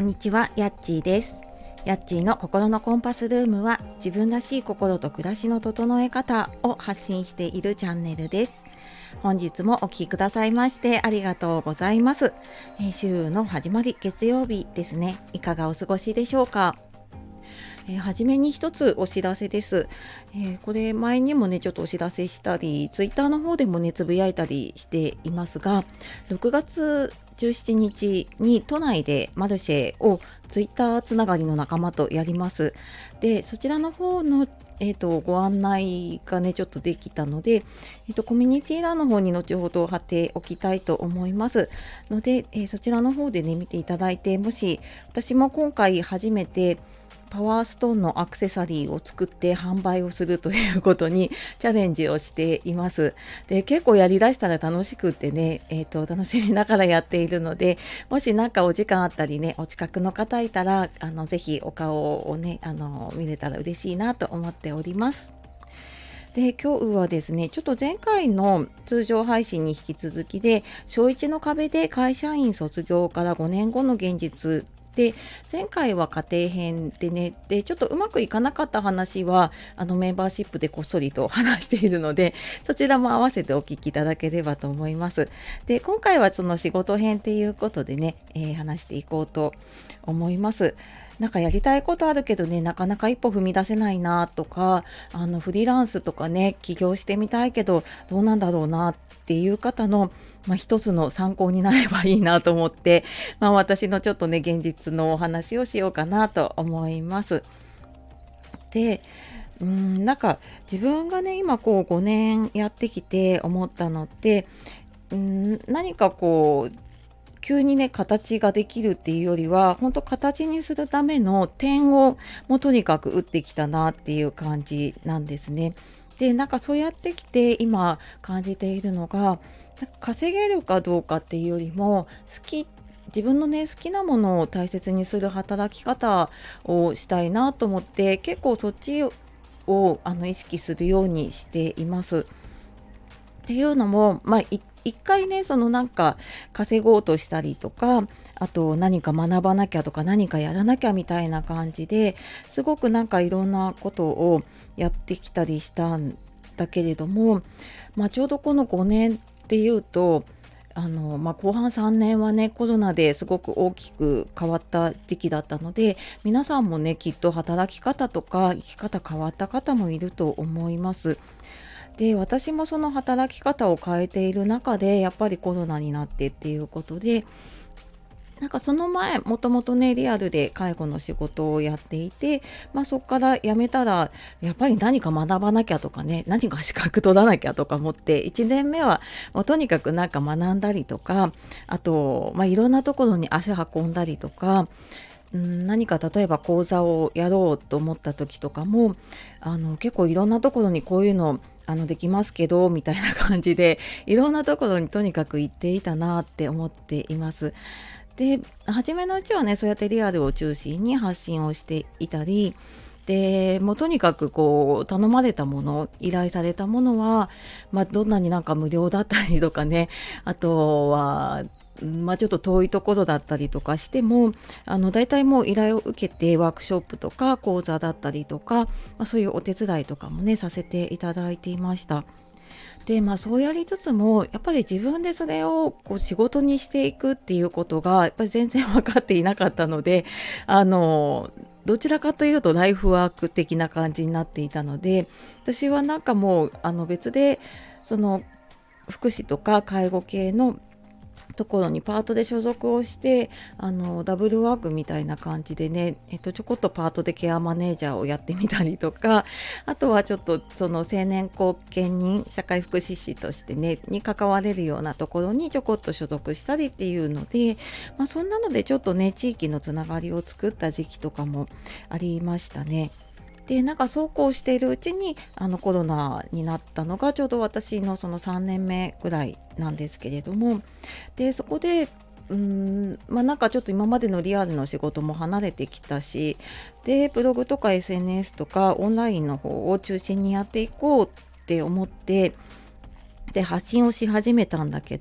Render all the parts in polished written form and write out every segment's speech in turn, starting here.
にちは、やっちーです。やっちーの心のコンパスルームは、自分らしい心と暮らしの整え方を発信しているチャンネルです。本日もお聞きくださいましてありがとうございます。週の始まり、月曜日ですね。いかがお過ごしでしょうか。はじめに一つお知らせです。これ前にもねちょっとお知らせしたり、ツイッターの方でもねつぶやいたりしていますが、6月17日に都内でマルシェをツイッターつながりの仲間とやります。で、そちらの方のご案内がねちょっとできたので、コミュニティ欄の方に後ほど貼っておきたいと思いますので、そちらの方でね見ていただいて、もし私も今回初めてパワーストーンのアクセサリーを作って販売をするということにチャレンジをしています。で、結構やりだしたら楽しくってね、楽しみながらやっているので、もしなんかお時間あったりね、お近くの方いたら、ぜひお顔をね、見れたら嬉しいなと思っております。で、今日はですね、ちょっと前回の通常配信に引き続きで、小1の壁で会社員卒業から5年後の現実で、前回は家庭編でね、でちょっとうまくいかなかった話はメンバーシップでこっそりと話しているので、そちらも合わせてお聞きいただければと思います。で、今回はその仕事編っていうことでね、話していこうと思います。なんかやりたいことあるけどね、なかなか一歩踏み出せないなとか、フリーランスとかね、起業してみたいけどどうなんだろうなっていう方の、一つの参考になればいいなと思って、私のちょっとね、現実のお話をしようかなと思います。で、なんか自分がね、今こう5年やってきて思ったのって、何かこう急にね形ができるっていうよりは、本当形にするための点をもうとにかく打ってきたなっていう感じなんですね。で、なんかそうやってきて今感じているのが、なんか稼げるかどうかっていうよりも、自分のね好きなものを大切にする働き方をしたいなと思って、結構そっちを意識するようにしています。っていうのも、一回ね、そのなんか稼ごうとしたりとか、あと何か学ばなきゃとか何かやらなきゃみたいな感じですごくなんかいろんなことをやってきたりしたんだけれども、ちょうどこの5年っていうと、後半3年はねコロナですごく大きく変わった時期だったので、皆さんもねきっと働き方とか生き方変わった方もいると思います。で、私もその働き方を変えている中でやっぱりコロナになってっていうことで、なんかその前もともとねリアルで介護の仕事をやっていて、そこから辞めたらやっぱり何か学ばなきゃとかね、何か資格取らなきゃとか思って、1年目はもうとにかくなんか学んだりとか、あと、いろんなところに足運んだりとか、何か例えば講座をやろうと思った時とかも、結構いろんなところにこういうのできますけどみたいな感じで、いろんなところにとにかく行っていたなって思っています。で、初めのうちはねそうやってリアルを中心に発信をしていたりで、もうとにかくこう頼まれたもの、依頼されたものは、どんなになんか無料だったりとかね、あとはちょっと遠いところだったりとかしても、だいたいもう依頼を受けてワークショップとか講座だったりとか、そういうお手伝いとかもねさせていただいていました。で、そうやりつつもやっぱり自分でそれをこう仕事にしていくっていうことがやっぱり全然分かっていなかったので、どちらかというとライフワーク的な感じになっていたので、私はなんかもう別でその福祉とか介護系のところにパートで所属をして、ダブルワークみたいな感じでね、ちょこっとパートでケアマネージャーをやってみたりとか、あとはちょっとその青年後見人社会福祉士としてねに関われるようなところにちょこっと所属したりっていうので、そんなのでちょっとね地域のつながりを作った時期とかもありましたね。で、なんかそうこうしているうちにコロナになったのがちょうど私のその3年目ぐらいなんですけれども、でそこでなんかちょっと今までのリアルの仕事も離れてきたし、でブログとか SNS とかオンラインの方を中心にやっていこうって思って、で発信をし始めたんだけど、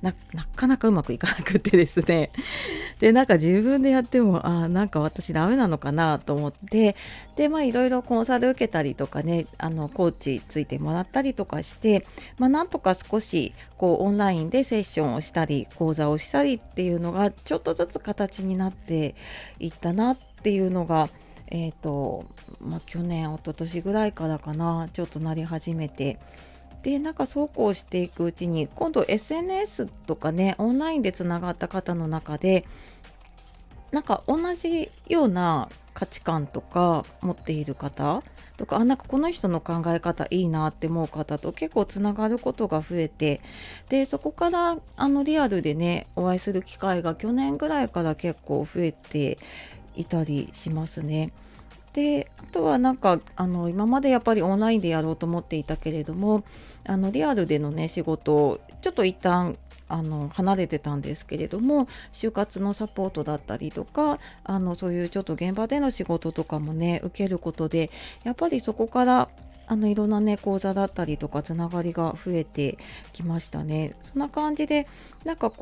なかなかうまくいかなくってですね。でなんか自分でやってもなんか私ダメなのかなと思って、でいろいろコンサル受けたりとかね、コーチついてもらったりとかして、なんとか少しオンラインでセッションをしたり講座をしたりっていうのがちょっとずつ形になっていったなっていうのが、去年一昨年ぐらいからかな、ちょっとなり始めて、でなんかそうこうしていくうちに、今度 SNS とかねオンラインでつながった方の中で、なんか同じような価値観とか持っている方とか、なんかこの人の考え方いいなって思う方と結構つながることが増えて、でそこからリアルでねお会いする機会が去年ぐらいから結構増えていたりしますね。であとはなんか今までやっぱりオンラインでやろうと思っていたけれども、リアルでのね仕事をちょっと一旦離れてたんですけれども、就活のサポートだったりとか、そういうちょっと現場での仕事とかもね受けることで、やっぱりそこからいろんなね講座だったりとかつながりが増えてきましたね。そんな感じでなんか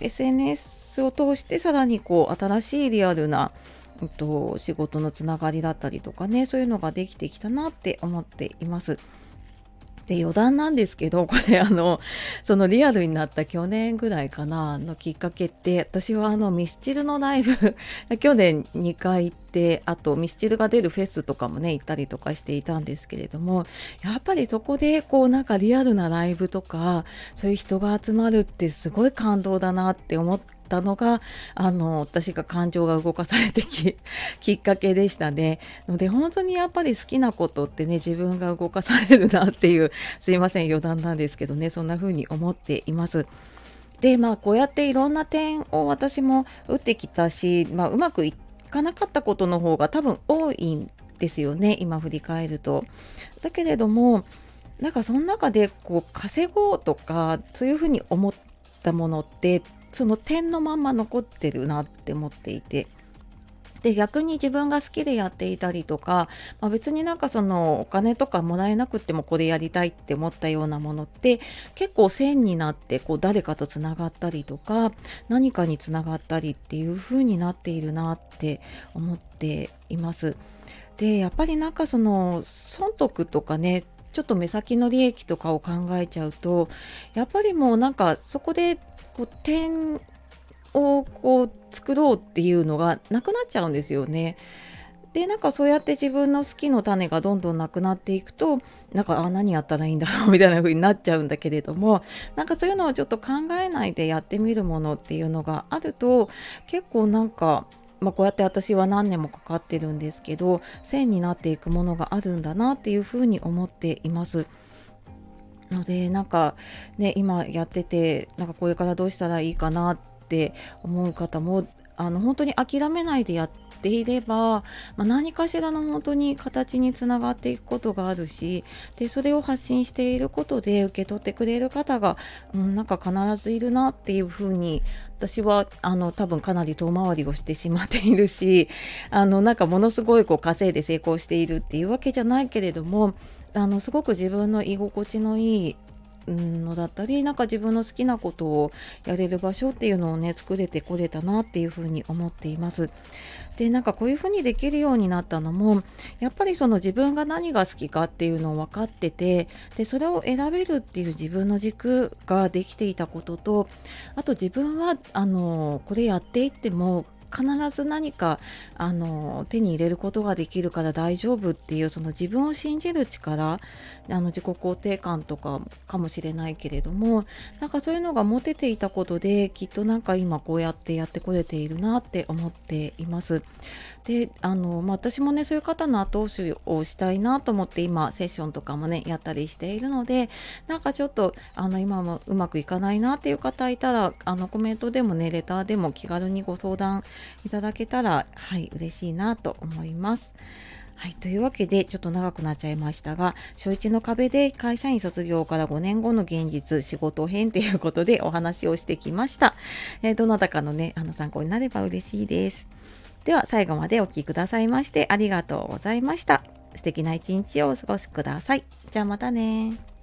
SNS を通してさらに新しいリアルな仕事のつながりだったりとかね、そういうのができてきたなって思っています。で余談なんですけど、これそのリアルになった去年ぐらいかなのきっかけって、私はミスチルのライブ去年2回行って、あとミスチルが出るフェスとかもね行ったりとかしていたんですけれども、やっぱりそこでなんかリアルなライブとかそういう人が集まるってすごい感動だなって思ったのが、私が感情が動かされてきっかけでしたね。ので本当にやっぱり好きなことってね、自分が動かされるなっていう、すいません余談なんですけどね、そんな風に思っています。でこうやっていろんな点を私も打ってきたし、うまくいかなかったことの方が多分多いんですよね、今振り返ると。だけれどもなんかその中で稼ごうとかそういう風に思ったものって、その点のまんま残ってるなって思っていて、で逆に自分が好きでやっていたりとか、別になんかそのお金とかもらえなくってもこれやりたいって思ったようなものって結構線になって誰かとつながったりとか何かにつながったりっていう風になっているなって思っています。でやっぱりなんかその損得とかね、ちょっと目先の利益とかを考えちゃうと、やっぱりもうなんかそこで点を作ろうっていうのがなくなっちゃうんですよね。でなんかそうやって自分の好きの種がどんどんなくなっていくと、なんか何やったらいいんだろうみたいな風になっちゃうんだけれども、なんかそういうのをちょっと考えないでやってみるものっていうのがあると、結構なんかこうやって私は何年もかかってるんですけど、線になっていくものがあるんだなっていう風に思っています。のでなんかね、今やっててなんかこれからどうしたらいいかなって思う方も本当に諦めないでやっていれば、何かしらの本当に形につながっていくことがあるし、でそれを発信していることで受け取ってくれる方が、なんか必ずいるなっていうふうに、私は多分かなり遠回りをしてしまっているし、なんかものすごい稼いで成功しているっていうわけじゃないけれども、すごく自分の居心地のいいのだったり、なんか自分の好きなことをやれる場所っていうのをね作れてこれたなっていうふうに思っています。でなんかこういうふうにできるようになったのも、やっぱりその自分が何が好きかっていうのを分かってて、でそれを選べるっていう自分の軸ができていたことと、あと自分はこれやっていっても必ず何か手に入れることができるから大丈夫っていう、その自分を信じる力、自己肯定感とかかもしれないけれども、なんかそういうのが持てていたことで、きっとなんか今こうやってやってこれているなって思っています。で私もねそういう方の後押しをしたいなと思って今セッションとかもねやったりしているので、なんかちょっと今もうまくいかないなっていう方いたら、コメントでもねレターでも気軽にご相談いただけたら嬉しいなと思います。というわけでちょっと長くなっちゃいましたが、小1の壁で会社員卒業から5年後の現実仕事編ということでお話をしてきました。どなたかのね参考になれば嬉しいです。では最後までお聞きくださいましてありがとうございました。素敵な一日をお過ごしください。じゃあまたね。